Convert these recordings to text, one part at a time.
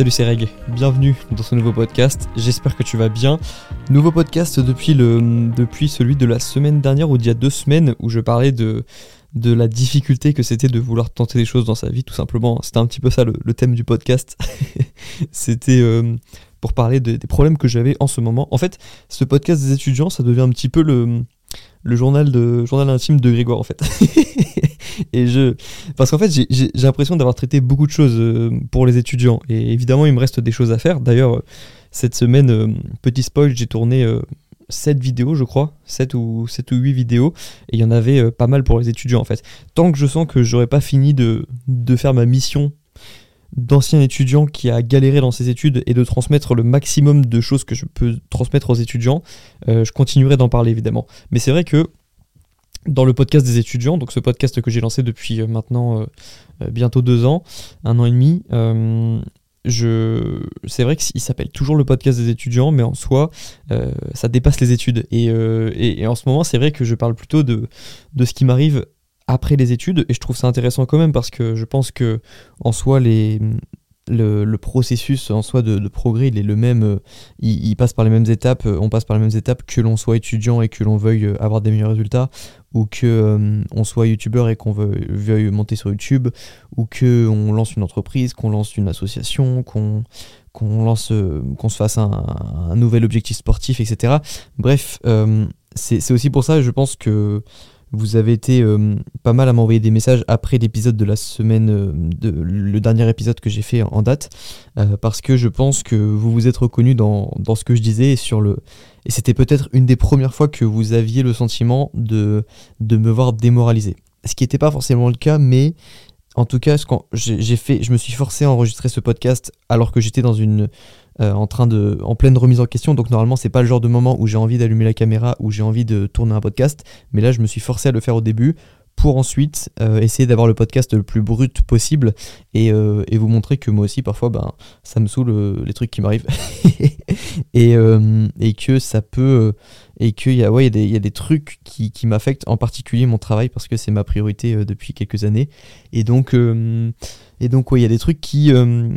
Salut, c'est Reg, bienvenue dans ce nouveau podcast, j'espère que tu vas bien. Nouveau podcast depuis celui de la semaine dernière ou d'il y a 2 semaines où je parlais de la difficulté que c'était de vouloir tenter des choses dans sa vie, tout simplement. C'était un petit peu ça le thème du podcast. C'était pour parler des problèmes que j'avais en ce moment. En fait, ce podcast des étudiants, ça devient un petit peu le journal intime de Grégoire, en fait. Parce qu'en fait, j'ai l'impression d'avoir traité beaucoup de choses pour les étudiants. Et évidemment, il me reste des choses à faire. D'ailleurs, cette semaine, petit spoil, j'ai tourné 7 vidéos, je crois. 7 ou 8 vidéos. Et il y en avait pas mal pour les étudiants, en fait. Tant que je sens que j'aurais pas fini de faire ma mission d'ancien étudiant qui a galéré dans ses études et de transmettre le maximum de choses que je peux transmettre aux étudiants, je continuerai d'en parler, évidemment. Mais c'est vrai que dans le podcast des étudiants, donc ce podcast que j'ai lancé depuis maintenant bientôt 2 ans, 1 an et demi, c'est vrai qu'il s'appelle toujours le podcast des étudiants, mais en soi, ça dépasse les études. Et en ce moment, c'est vrai que je parle plutôt de ce qui m'arrive après les études, et je trouve ça intéressant quand même, parce que je pense que en soi, le processus en soi de progrès, il est le même, il passe par les mêmes étapes, on passe par les mêmes étapes que l'on soit étudiant et que l'on veuille avoir des meilleurs résultats, ou que on soit youtubeur et qu'on veuille monter sur YouTube, ou qu'on lance une entreprise, qu'on lance une association, qu'on se fasse un nouvel objectif sportif, etc. Bref, c'est aussi pour ça, je pense que vous avez été pas mal à m'envoyer des messages après l'épisode de la semaine, le dernier épisode que j'ai fait en date, parce que je pense que vous vous êtes reconnus dans ce que je disais, et c'était peut-être une des premières fois que vous aviez le sentiment de me voir démoralisé. Ce qui n'était pas forcément le cas, mais en tout cas, je me suis forcé à enregistrer ce podcast alors que j'étais en pleine remise en question. Donc normalement, c'est pas le genre de moment où j'ai envie d'allumer la caméra, où j'ai envie de tourner un podcast. Mais là, je me suis forcé à le faire au début pour ensuite essayer d'avoir le podcast le plus brut possible et vous montrer que moi aussi, parfois, ça me saoule les trucs qui m'arrivent et que ça peut... et qu'il y a des trucs qui m'affectent, en particulier mon travail, parce que c'est ma priorité depuis quelques années. Et donc, il y a des trucs qui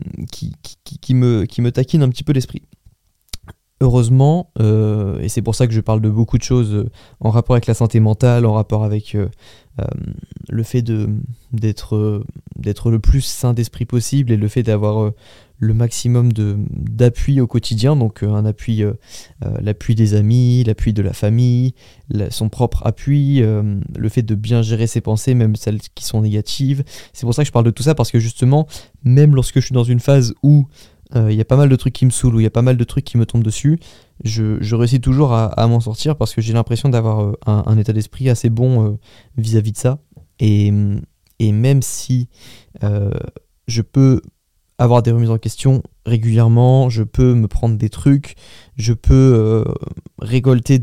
me taquinent un petit peu l'esprit. Heureusement, et c'est pour ça que je parle de beaucoup de choses en rapport avec la santé mentale, en rapport avec le fait d'être le plus sain d'esprit possible, et le fait d'avoir le maximum d'appui au quotidien, donc un appui, l'appui des amis, l'appui de la famille, son propre appui, le fait de bien gérer ses pensées, même celles qui sont négatives. C'est pour ça que je parle de tout ça, parce que justement, même lorsque je suis dans une phase où il y a pas mal de trucs qui me saoulent, où il y a pas mal de trucs qui me tombent dessus, je réussis toujours à m'en sortir, parce que j'ai l'impression d'avoir un état d'esprit assez bon vis-à-vis de ça. Et même si je peux avoir des remises en question régulièrement, je peux me prendre des trucs, je peux récolter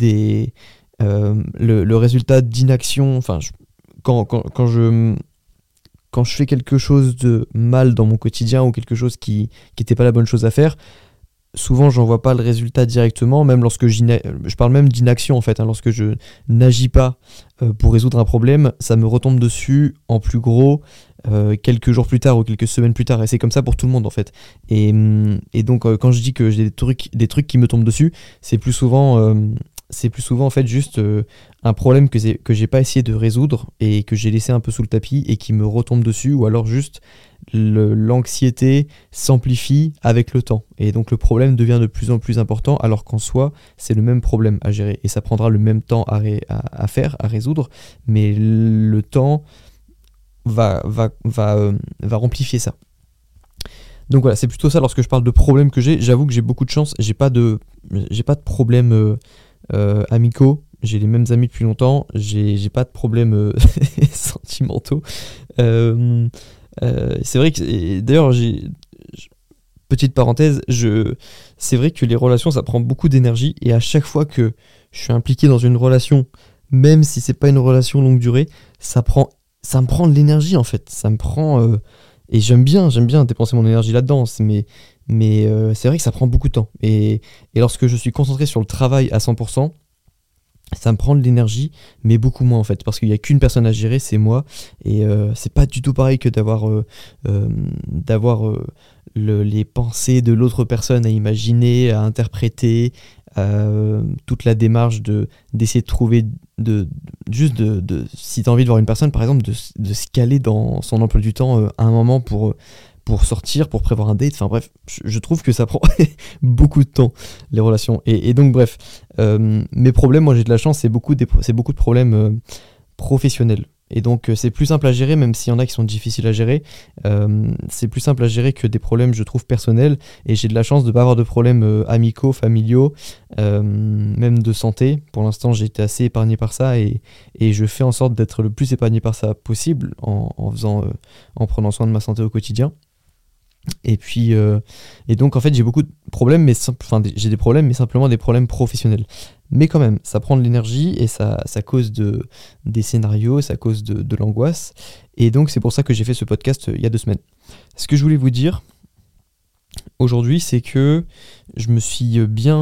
le résultat d'inaction. Enfin, quand je fais quelque chose de mal dans mon quotidien, ou quelque chose qui n'était pas la bonne chose à faire, souvent j'en vois pas le résultat directement, même lorsque je parle même d'inaction, en fait, lorsque je n'agis pas pour résoudre un problème, ça me retombe dessus en plus gros quelques jours plus tard ou quelques semaines plus tard, et c'est comme ça pour tout le monde, en fait. Et donc quand je dis que j'ai des trucs qui me tombent dessus, c'est plus souvent en fait juste un problème que j'ai pas essayé de résoudre et que j'ai laissé un peu sous le tapis et qui me retombe dessus, ou alors juste l'anxiété s'amplifie avec le temps, et donc le problème devient de plus en plus important, alors qu'en soi c'est le même problème à gérer, et ça prendra le même temps à faire, à résoudre, mais le temps va amplifier ça. Donc voilà, c'est plutôt ça lorsque je parle de problèmes que j'ai. J'avoue que j'ai beaucoup de chance, j'ai pas de problèmes amicaux, j'ai les mêmes amis depuis longtemps, j'ai pas de problèmes sentimentaux. C'est vrai que, d'ailleurs, petite parenthèse, c'est vrai que les relations, ça prend beaucoup d'énergie, et à chaque fois que je suis impliqué dans une relation, même si c'est pas une relation longue durée, ça me prend de l'énergie, en fait. Ça me prend... et j'aime bien dépenser mon énergie là-dedans, mais c'est vrai que ça prend beaucoup de temps. Et lorsque je suis concentré sur le travail à 100%, ça me prend de l'énergie, mais beaucoup moins, en fait, parce qu'il n'y a qu'une personne à gérer, c'est moi, et c'est pas du tout pareil que d'avoir les pensées de l'autre personne à imaginer, à interpréter, toute la démarche d'essayer de trouver, si tu as envie de voir une personne par exemple, de se caler dans son emploi du temps à un moment pour sortir, pour prévoir un date, enfin bref, je trouve que ça prend beaucoup de temps, les relations. Et donc bref, mes problèmes, moi j'ai de la chance, c'est beaucoup de problèmes professionnels. Et donc c'est plus simple à gérer, même s'il y en a qui sont difficiles à gérer, c'est plus simple à gérer que des problèmes, je trouve, personnels. Et j'ai de la chance de ne pas avoir de problèmes amicaux, familiaux, même de santé. Pour l'instant, j'ai été assez épargné par ça et je fais en sorte d'être le plus épargné par ça possible en prenant soin de ma santé au quotidien. Et puis, et donc en fait, j'ai beaucoup de problèmes, j'ai des problèmes, mais simplement des problèmes professionnels. Mais quand même, ça prend de l'énergie et ça cause des scénarios, ça cause de l'angoisse. Et donc, c'est pour ça que j'ai fait ce podcast il y a 2 semaines. Ce que je voulais vous dire aujourd'hui, c'est que je me suis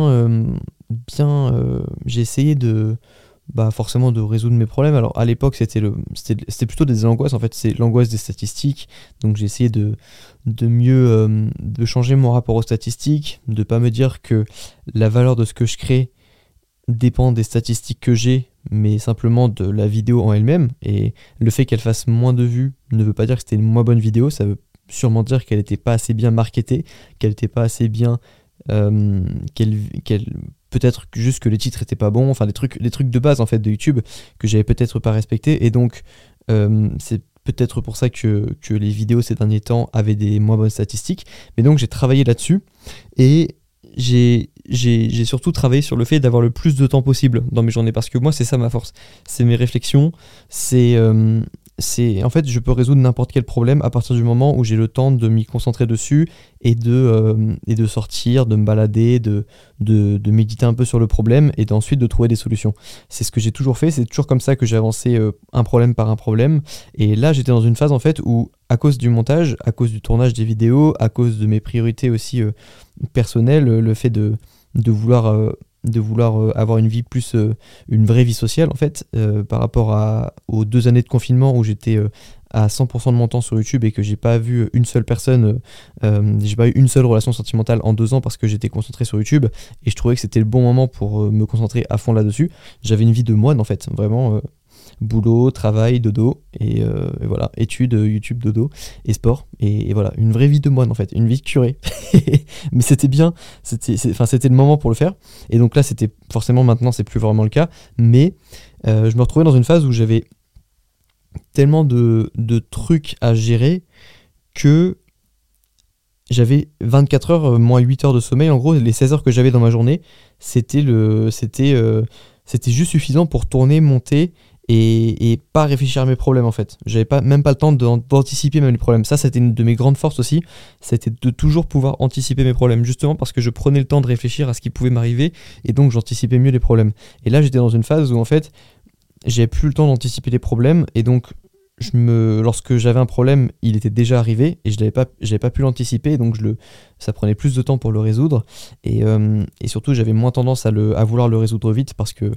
j'ai essayé forcément de résoudre mes problèmes. Alors à l'époque c'était plutôt des angoisses, en fait c'est l'angoisse des statistiques, donc j'ai essayé de mieux de changer mon rapport aux statistiques, de pas me dire que la valeur de ce que je crée dépend des statistiques que j'ai, mais simplement de la vidéo en elle-même. Et le fait qu'elle fasse moins de vues ne veut pas dire que c'était une moins bonne vidéo, ça veut sûrement dire qu'elle n'était pas assez bien marketée, qu'elle n'était pas assez bien peut-être juste que les titres étaient pas bons, enfin des trucs de base en fait de YouTube que j'avais peut-être pas respecté. Et donc c'est peut-être pour ça que les vidéos ces derniers temps avaient des moins bonnes statistiques. Mais donc j'ai travaillé là-dessus et j'ai surtout travaillé sur le fait d'avoir le plus de temps possible dans mes journées, parce que moi c'est ça ma force, c'est mes réflexions, en fait, je peux résoudre n'importe quel problème à partir du moment où j'ai le temps de m'y concentrer dessus et de sortir, de me balader, de méditer un peu sur le problème et ensuite de trouver des solutions. C'est ce que j'ai toujours fait, c'est toujours comme ça que j'ai avancé un problème par un problème. Et là, j'étais dans une phase en fait où, à cause du montage, à cause du tournage des vidéos, à cause de mes priorités aussi personnelles, le fait de vouloir avoir une vie plus une vraie vie sociale en fait, par rapport aux 2 années de confinement où j'étais à 100% de mon temps sur YouTube et que j'ai pas vu une seule personne, j'ai pas eu une seule relation sentimentale en 2 ans parce que j'étais concentré sur YouTube, et je trouvais que c'était le bon moment pour me concentrer à fond là-dessus. J'avais une vie de moine en fait, vraiment boulot, travail, dodo, et voilà, études, YouTube, dodo, et sport, et voilà, une vraie vie de moine en fait, une vie de curé. Mais c'était bien, c'était le moment pour le faire, et donc là c'était forcément, maintenant c'est plus vraiment le cas, mais je me retrouvais dans une phase où j'avais tellement de trucs à gérer que j'avais 24 heures moins 8 heures de sommeil. En gros, les 16 heures que j'avais dans ma journée, c'était juste suffisant pour tourner, monter et pas réfléchir à mes problèmes en fait. J'avais même pas le temps d'anticiper même les problèmes. Ça, c'était une de mes grandes forces aussi, c'était de toujours pouvoir anticiper mes problèmes, justement parce que je prenais le temps de réfléchir à ce qui pouvait m'arriver et donc j'anticipais mieux les problèmes. Et là, j'étais dans une phase où en fait, j'avais plus le temps d'anticiper les problèmes, et donc lorsque j'avais un problème, il était déjà arrivé et j'avais pas pu l'anticiper, donc ça prenait plus de temps pour le résoudre, et surtout j'avais moins tendance à vouloir le résoudre vite, parce que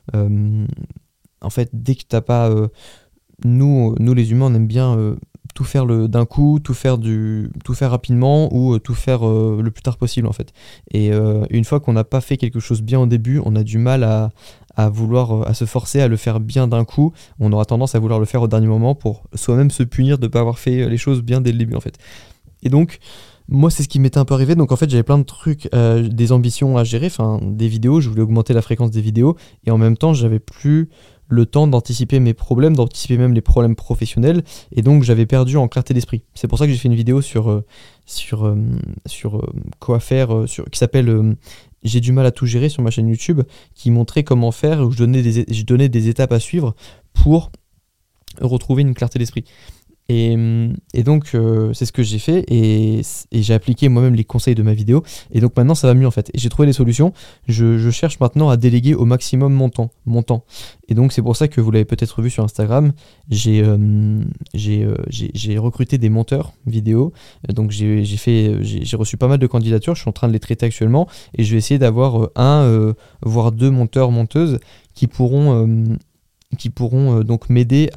en fait, dès que t'as pas nous les humains, on aime bien tout faire d'un coup, tout faire rapidement, ou tout faire le plus tard possible en fait. Et une fois qu'on n'a pas fait quelque chose bien au début, on a du mal à vouloir, à se forcer à le faire bien d'un coup. On aura tendance à vouloir le faire au dernier moment pour soi-même se punir de ne pas avoir fait les choses bien dès le début en fait. Et donc moi c'est ce qui m'était un peu arrivé. Donc en fait j'avais plein de trucs, des ambitions à gérer, enfin des vidéos, je voulais augmenter la fréquence des vidéos, et en même temps j'avais plus le temps d'anticiper mes problèmes, d'anticiper même les problèmes professionnels, et donc j'avais perdu en clarté d'esprit. C'est pour ça que j'ai fait une vidéo sur quoi faire, qui s'appelle J'ai du mal à tout gérer, sur ma chaîne YouTube, qui montrait comment faire, où je donnais des étapes à suivre pour retrouver une clarté d'esprit. Et donc c'est ce que j'ai fait, et j'ai appliqué moi-même les conseils de ma vidéo, et donc maintenant ça va mieux en fait, et j'ai trouvé des solutions. Je cherche maintenant à déléguer au maximum mon temps, et donc c'est pour ça que vous l'avez peut-être vu sur Instagram, j'ai recruté des monteurs vidéo. Donc j'ai reçu pas mal de candidatures, je suis en train de les traiter actuellement, et je vais essayer d'avoir voire 2 monteurs, monteuses qui pourront qui pourront donc m'aider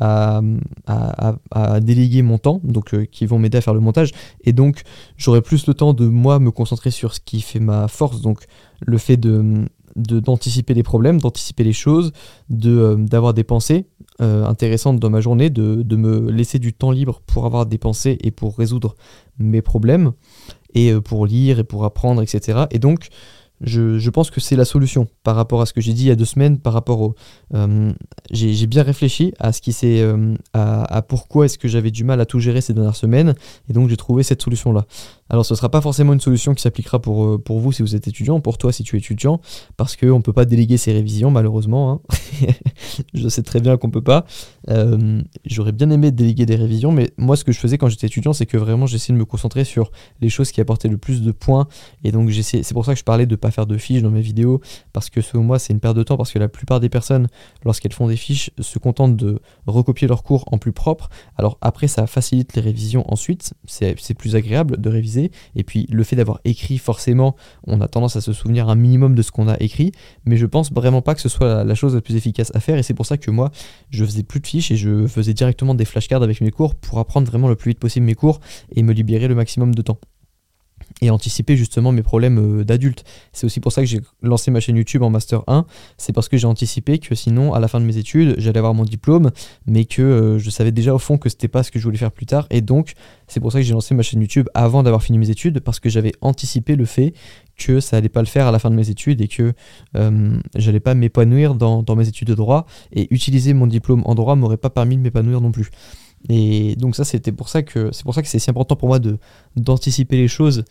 à déléguer mon temps, donc qui vont m'aider à faire le montage, et donc j'aurai plus le temps de moi me concentrer sur ce qui fait ma force, donc le fait d'anticiper les problèmes, d'anticiper les choses, d'avoir des pensées intéressantes dans ma journée, de me laisser du temps libre pour avoir des pensées et pour résoudre mes problèmes, et pour lire et pour apprendre, etc. Et donc je pense que c'est la solution par rapport à ce que j'ai dit il y a 2 semaines, par rapport au... j'ai bien réfléchi à ce qui s'est... à pourquoi est-ce que j'avais du mal à tout gérer ces dernières semaines, et donc j'ai trouvé cette solution-là. Alors ce ne sera pas forcément une solution qui s'appliquera pour vous si vous êtes étudiant, pour toi si tu es étudiant, parce qu'on ne peut pas déléguer ses révisions malheureusement, hein. Je sais très bien qu'on ne peut pas. J'aurais bien aimé déléguer des révisions, mais moi ce que je faisais quand j'étais étudiant, c'est que vraiment j'essayais de me concentrer sur les choses qui apportaient le plus de points, et donc c'est pour ça que je parlais de ne pas faire de fiches dans mes vidéos, parce que selon moi c'est une perte de temps, parce que la plupart des personnes, lorsqu'elles font des fiches, se contentent de recopier leurs cours en plus propre. Alors après ça facilite les révisions ensuite, c'est plus agréable de réviser, et puis le fait d'avoir écrit, forcément on a tendance à se souvenir un minimum de ce qu'on a écrit, mais je pense vraiment pas que ce soit la chose la plus efficace à faire, et c'est pour ça que moi je faisais plus de fiches et je faisais directement des flashcards avec mes cours pour apprendre vraiment le plus vite possible mes cours et me libérer le maximum de temps et anticiper justement mes problèmes d'adulte. C'est aussi pour ça que j'ai lancé ma chaîne YouTube en Master 1, c'est parce que j'ai anticipé que sinon, à la fin de mes études, j'allais avoir mon diplôme, mais que je savais déjà au fond que c'était pas ce que je voulais faire plus tard, et donc c'est pour ça que j'ai lancé ma chaîne YouTube avant d'avoir fini mes études, parce que j'avais anticipé le fait que ça allait pas le faire à la fin de mes études, et que j'allais pas m'épanouir dans mes études de droit, et utiliser mon diplôme en droit m'aurait pas permis de m'épanouir non plus. Et donc ça c'est pour ça que c'est si important pour moi d'anticiper les choses,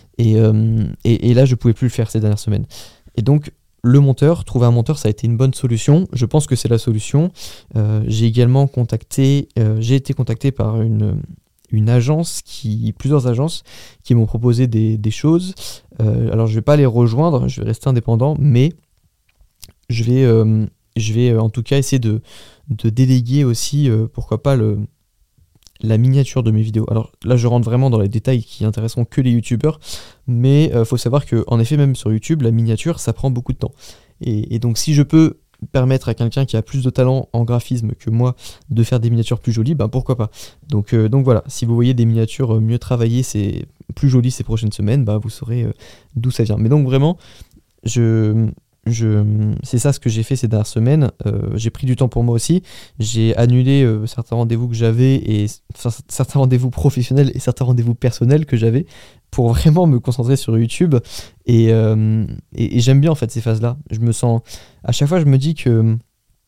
et là je pouvais plus le faire ces dernières semaines. Et donc trouver un monteur, ça a été une bonne solution, je pense que c'est la solution. J'ai également j'ai été contacté par plusieurs agences qui m'ont proposé des choses. Alors je vais pas les rejoindre, je vais rester indépendant, mais je vais en tout cas essayer de déléguer aussi, pourquoi pas, la miniature de mes vidéos. Alors là je rentre vraiment dans les détails qui intéresseront que les youtubeurs, mais faut savoir que en effet même sur YouTube la miniature ça prend beaucoup de temps, et donc si je peux permettre à quelqu'un qui a plus de talent en graphisme que moi de faire des miniatures plus jolies, ben pourquoi pas. Donc voilà, si vous voyez des miniatures mieux travaillées, c'est plus jolies ces prochaines semaines, bah vous saurez d'où ça vient. Mais donc vraiment c'est ça ce que j'ai fait ces dernières semaines. J'ai pris du temps pour moi aussi. J'ai annulé certains rendez-vous que j'avais, et certains rendez-vous professionnels et certains rendez-vous personnels que j'avais, pour vraiment me concentrer sur YouTube. Et j'aime bien en fait ces phases-là. À chaque fois je me dis que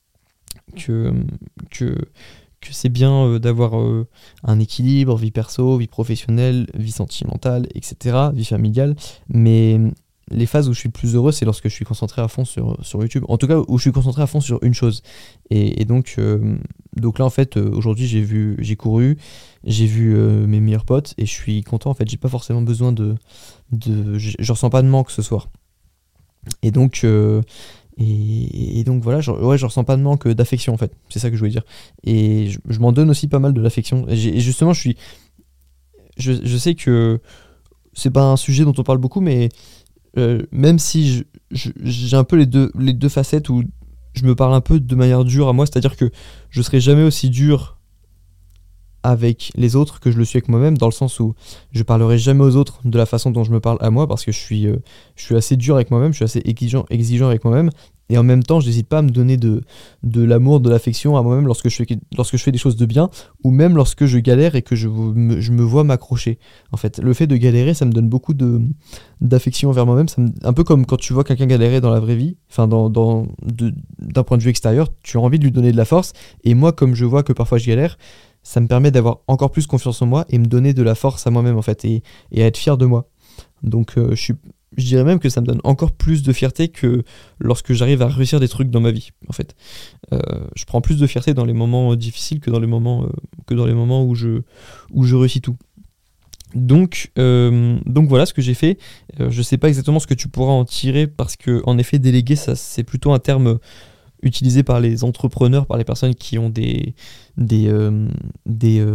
c'est bien d'avoir un équilibre, vie perso, vie professionnelle, vie sentimentale, etc., vie familiale, mais les phases où je suis le plus heureux, c'est lorsque je suis concentré à fond sur YouTube. En tout cas, où je suis concentré à fond sur une chose. Et donc là, en fait, aujourd'hui, j'ai couru, j'ai vu mes meilleurs potes, et je suis content. En fait, j'ai pas forcément besoin je ressens pas de manque ce soir. Et donc voilà, je ressens pas de manque d'affection, en fait. C'est ça que je voulais dire. Et je m'en donne aussi pas mal de l'affection. Et justement, je sais que c'est pas un sujet dont on parle beaucoup, mais même si j'ai un peu les deux facettes où je me parle un peu de manière dure à moi, c'est-à-dire que je serai jamais aussi dur avec les autres que je le suis avec moi-même, dans le sens où je parlerai jamais aux autres de la façon dont je me parle à moi, parce que je suis assez dur avec moi-même, je suis assez exigeant avec moi-même, et en même temps je n'hésite pas à me donner de l'amour, de l'affection à moi-même lorsque je fais des choses de bien, ou même lorsque je galère et que je me vois m'accrocher. En fait, le fait de galérer, ça me donne beaucoup d'affection envers moi-même, un peu comme quand tu vois quelqu'un galérer dans la vraie vie, enfin d'un point de vue extérieur, tu as envie de lui donner de la force, et moi comme je vois que parfois je galère, ça me permet d'avoir encore plus confiance en moi et me donner de la force à moi-même, en fait, et à être fier de moi. Donc je dirais même que ça me donne encore plus de fierté que lorsque j'arrive à réussir des trucs dans ma vie, en fait. Je prends plus de fierté dans les moments difficiles que dans les moments où je réussis tout. Donc voilà ce que j'ai fait. Je sais pas exactement ce que tu pourras en tirer, parce que en effet déléguer, ça c'est plutôt un terme utilisé par les entrepreneurs, par les personnes qui ont qui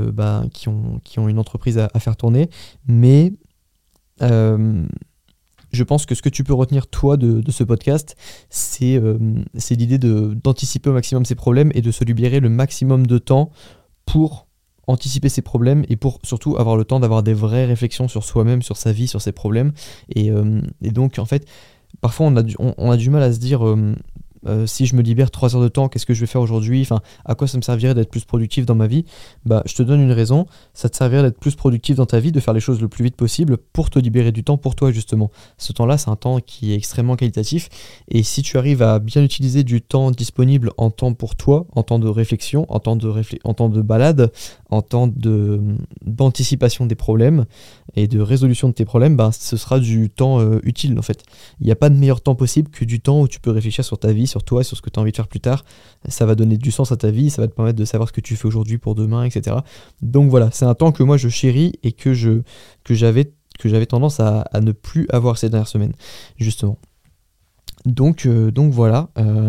ont une entreprise à faire tourner, mais je pense que ce que tu peux retenir toi de ce podcast, c'est l'idée d'anticiper au maximum ces problèmes et de se libérer le maximum de temps pour anticiper ces problèmes et pour surtout avoir le temps d'avoir des vraies réflexions sur soi-même, sur sa vie, sur ses problèmes. Et donc en fait, parfois on a du mal à se dire si je me libère 3 heures de temps, qu'est-ce que je vais faire aujourd'hui? Enfin, à quoi ça me servirait d'être plus productif dans ma vie? Bah, je te donne une raison, ça te servirait d'être plus productif dans ta vie, de faire les choses le plus vite possible pour te libérer du temps pour toi justement. Ce temps-là, c'est un temps qui est extrêmement qualitatif et si tu arrives à bien utiliser du temps disponible en temps pour toi, en temps de réflexion, en temps de balade, en temps d'anticipation des problèmes et de résolution de tes problèmes, bah, ce sera du temps utile en fait. Il n'y a pas de meilleur temps possible que du temps où tu peux réfléchir sur ta vie, sur toi, sur ce que tu as envie de faire plus tard. Ça va donner du sens à ta vie, ça va te permettre de savoir ce que tu fais aujourd'hui pour demain, etc. Donc voilà, c'est un temps que moi je chéris et que j'avais tendance à ne plus avoir ces dernières semaines, justement. Donc voilà.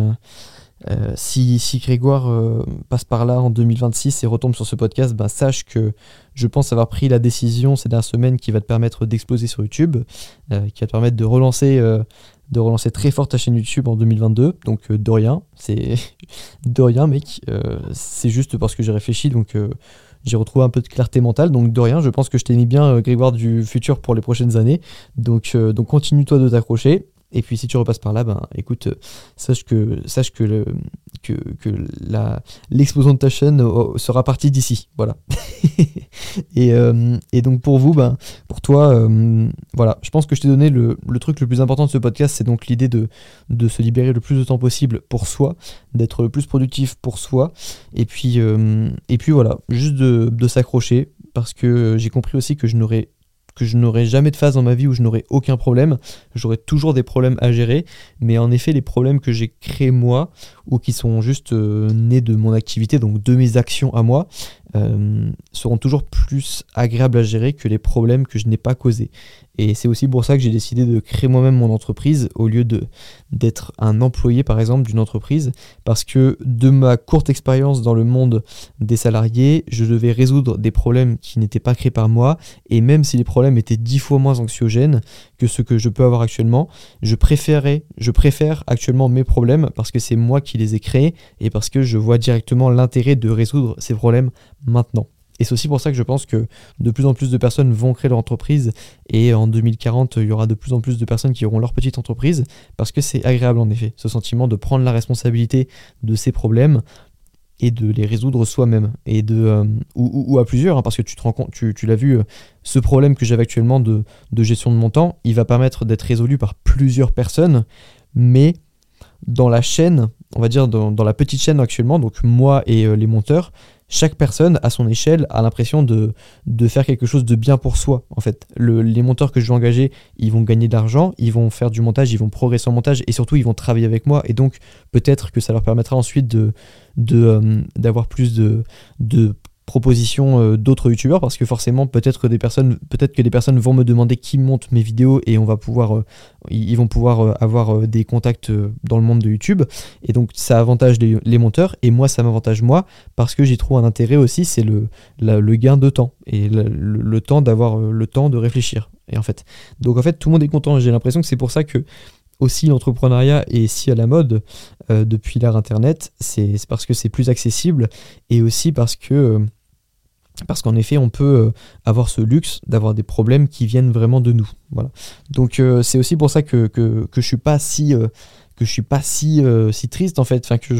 Si Grégoire passe par là en 2026 et retombe sur ce podcast, bah, sache que je pense avoir pris la décision ces dernières semaines qui va te permettre d'exploser sur YouTube, qui va te permettre de relancer très fort ta chaîne YouTube en 2022. Donc de rien, c'est de rien mec, c'est juste parce que j'ai réfléchi, donc j'ai retrouvé un peu de clarté mentale, donc de rien, je pense que je t'ai mis bien Grégoire du futur pour les prochaines années, donc continue-toi de t'accrocher. Et puis si tu repasses par là, ben écoute, sache que l'explosion de ta chaîne sera partie d'ici, voilà. et donc pour vous, ben pour toi, voilà, je pense que je t'ai donné le truc le plus important de ce podcast, c'est donc l'idée de se libérer le plus de temps possible pour soi, d'être le plus productif pour soi, et puis voilà, juste de s'accrocher, parce que j'ai compris aussi que je n'aurais jamais de phase dans ma vie où je n'aurais aucun problème, j'aurais toujours des problèmes à gérer, mais en effet les problèmes que j'ai créés moi, ou qui sont juste nés de mon activité, donc de mes actions à moi, seront toujours plus agréables à gérer que les problèmes que je n'ai pas causés. Et c'est aussi pour ça que j'ai décidé de créer moi-même mon entreprise au lieu d'être un employé par exemple d'une entreprise, parce que de ma courte expérience dans le monde des salariés, je devais résoudre des problèmes qui n'étaient pas créés par moi, et même si les problèmes étaient 10 fois moins anxiogènes que ce que je peux avoir actuellement, je préfère actuellement mes problèmes parce que c'est moi qui les ai créés et parce que je vois directement l'intérêt de résoudre ces problèmes maintenant. Et c'est aussi pour ça que je pense que de plus en plus de personnes vont créer leur entreprise, et en 2040, il y aura de plus en plus de personnes qui auront leur petite entreprise, parce que c'est agréable en effet, ce sentiment de prendre la responsabilité de ces problèmes et de les résoudre soi-même, et ou à plusieurs, hein, parce que tu te rends compte, tu l'as vu, ce problème que j'avais actuellement de gestion de mon temps, il va permettre d'être résolu par plusieurs personnes, mais dans la chaîne, on va dire dans la petite chaîne actuellement, donc moi et les monteurs, chaque personne à son échelle a l'impression de faire quelque chose de bien pour soi en fait. Les monteurs que je vais engager, ils vont gagner de l'argent, ils vont faire du montage, ils vont progresser en montage, et surtout ils vont travailler avec moi, et donc peut-être que ça leur permettra ensuite d'avoir plus de propositions d'autres youtubeurs, parce que forcément peut-être que des personnes vont me demander qui monte mes vidéos, et ils vont pouvoir avoir des contacts dans le monde de YouTube, et donc ça avantage les monteurs, et moi ça m'avantage moi, parce que j'y trouve un intérêt aussi, c'est le gain de temps, et le temps d'avoir le temps de réfléchir, et en fait tout le monde est content. J'ai l'impression que c'est pour ça que aussi l'entrepreneuriat est si à la mode depuis l'ère internet, c'est parce que c'est plus accessible, et aussi parce qu'en effet on peut avoir ce luxe d'avoir des problèmes qui viennent vraiment de nous, voilà. Donc c'est aussi pour ça que je suis pas si triste en fait, enfin que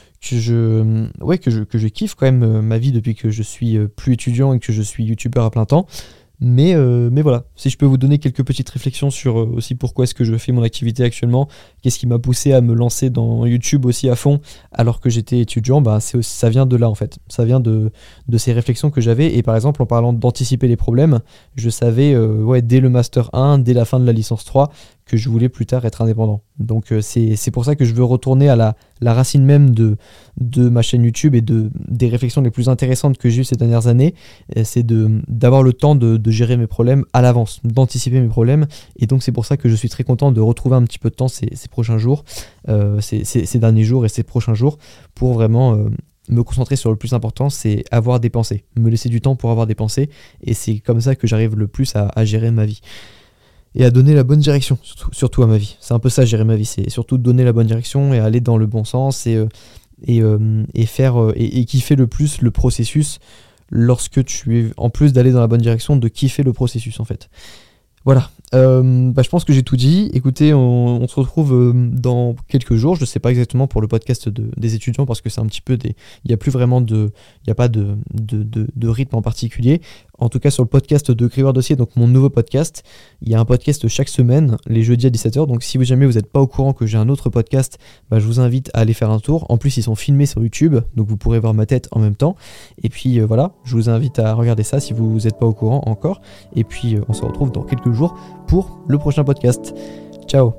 je kiffe quand même ma vie depuis que je suis plus étudiant et que je suis youtubeur à plein temps. Mais voilà, si je peux vous donner quelques petites réflexions sur aussi pourquoi est-ce que je fais mon activité actuellement, qu'est-ce qui m'a poussé à me lancer dans YouTube aussi à fond alors que j'étais étudiant, bah ça vient de là en fait, ça vient de ces réflexions que j'avais. Et par exemple en parlant d'anticiper les problèmes, je savais dès le Master 1, dès la fin de la licence 3, que je voulais plus tard être indépendant. Donc c'est pour ça que je veux retourner à la racine même de ma chaîne YouTube et des réflexions les plus intéressantes que j'ai eues ces dernières années, c'est d'avoir le temps de gérer mes problèmes à l'avance, d'anticiper mes problèmes. Et donc c'est pour ça que je suis très content de retrouver un petit peu de temps ces prochains jours, ces derniers jours et ces prochains jours, pour vraiment me concentrer sur le plus important, c'est avoir des pensées, me laisser du temps pour avoir des pensées, et c'est comme ça que j'arrive le plus à gérer ma vie. et à donner la bonne direction, surtout à ma vie. C'est un peu ça, gérer ma vie, c'est surtout donner la bonne direction et aller dans le bon sens et faire et kiffer le plus le processus lorsque tu es, en plus d'aller dans la bonne direction, de kiffer le processus en fait. Voilà, je pense que j'ai tout dit. Écoutez, on se retrouve dans quelques jours. Je ne sais pas exactement pour le podcast des étudiants parce que c'est un petit peu il n'y a plus vraiment il n'y a pas de rythme en particulier. En tout cas sur le podcast de Grivoire Dossier, donc mon nouveau podcast, il y a un podcast chaque semaine, les jeudis à 17h. Donc si jamais vous n'êtes pas au courant que j'ai un autre podcast, je vous invite à aller faire un tour. En plus ils sont filmés sur YouTube, donc vous pourrez voir ma tête en même temps. Et puis voilà, je vous invite à regarder ça si vous n'êtes pas au courant encore. Et puis on se retrouve dans quelques jours pour le prochain podcast. Ciao.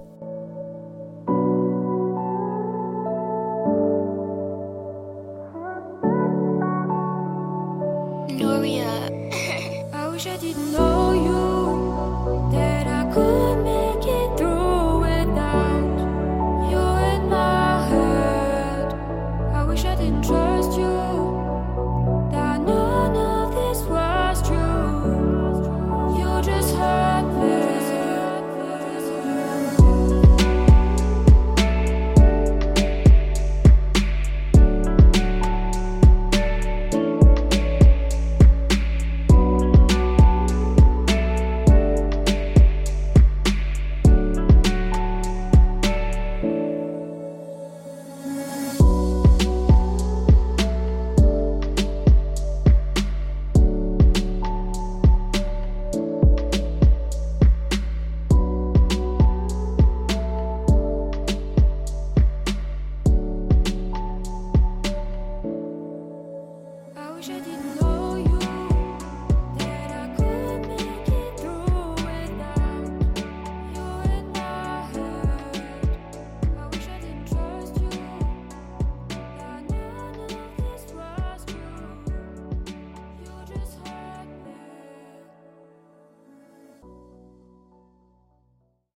I wish I didn't know you, that I could make it through without you in my head. I wish I didn't try.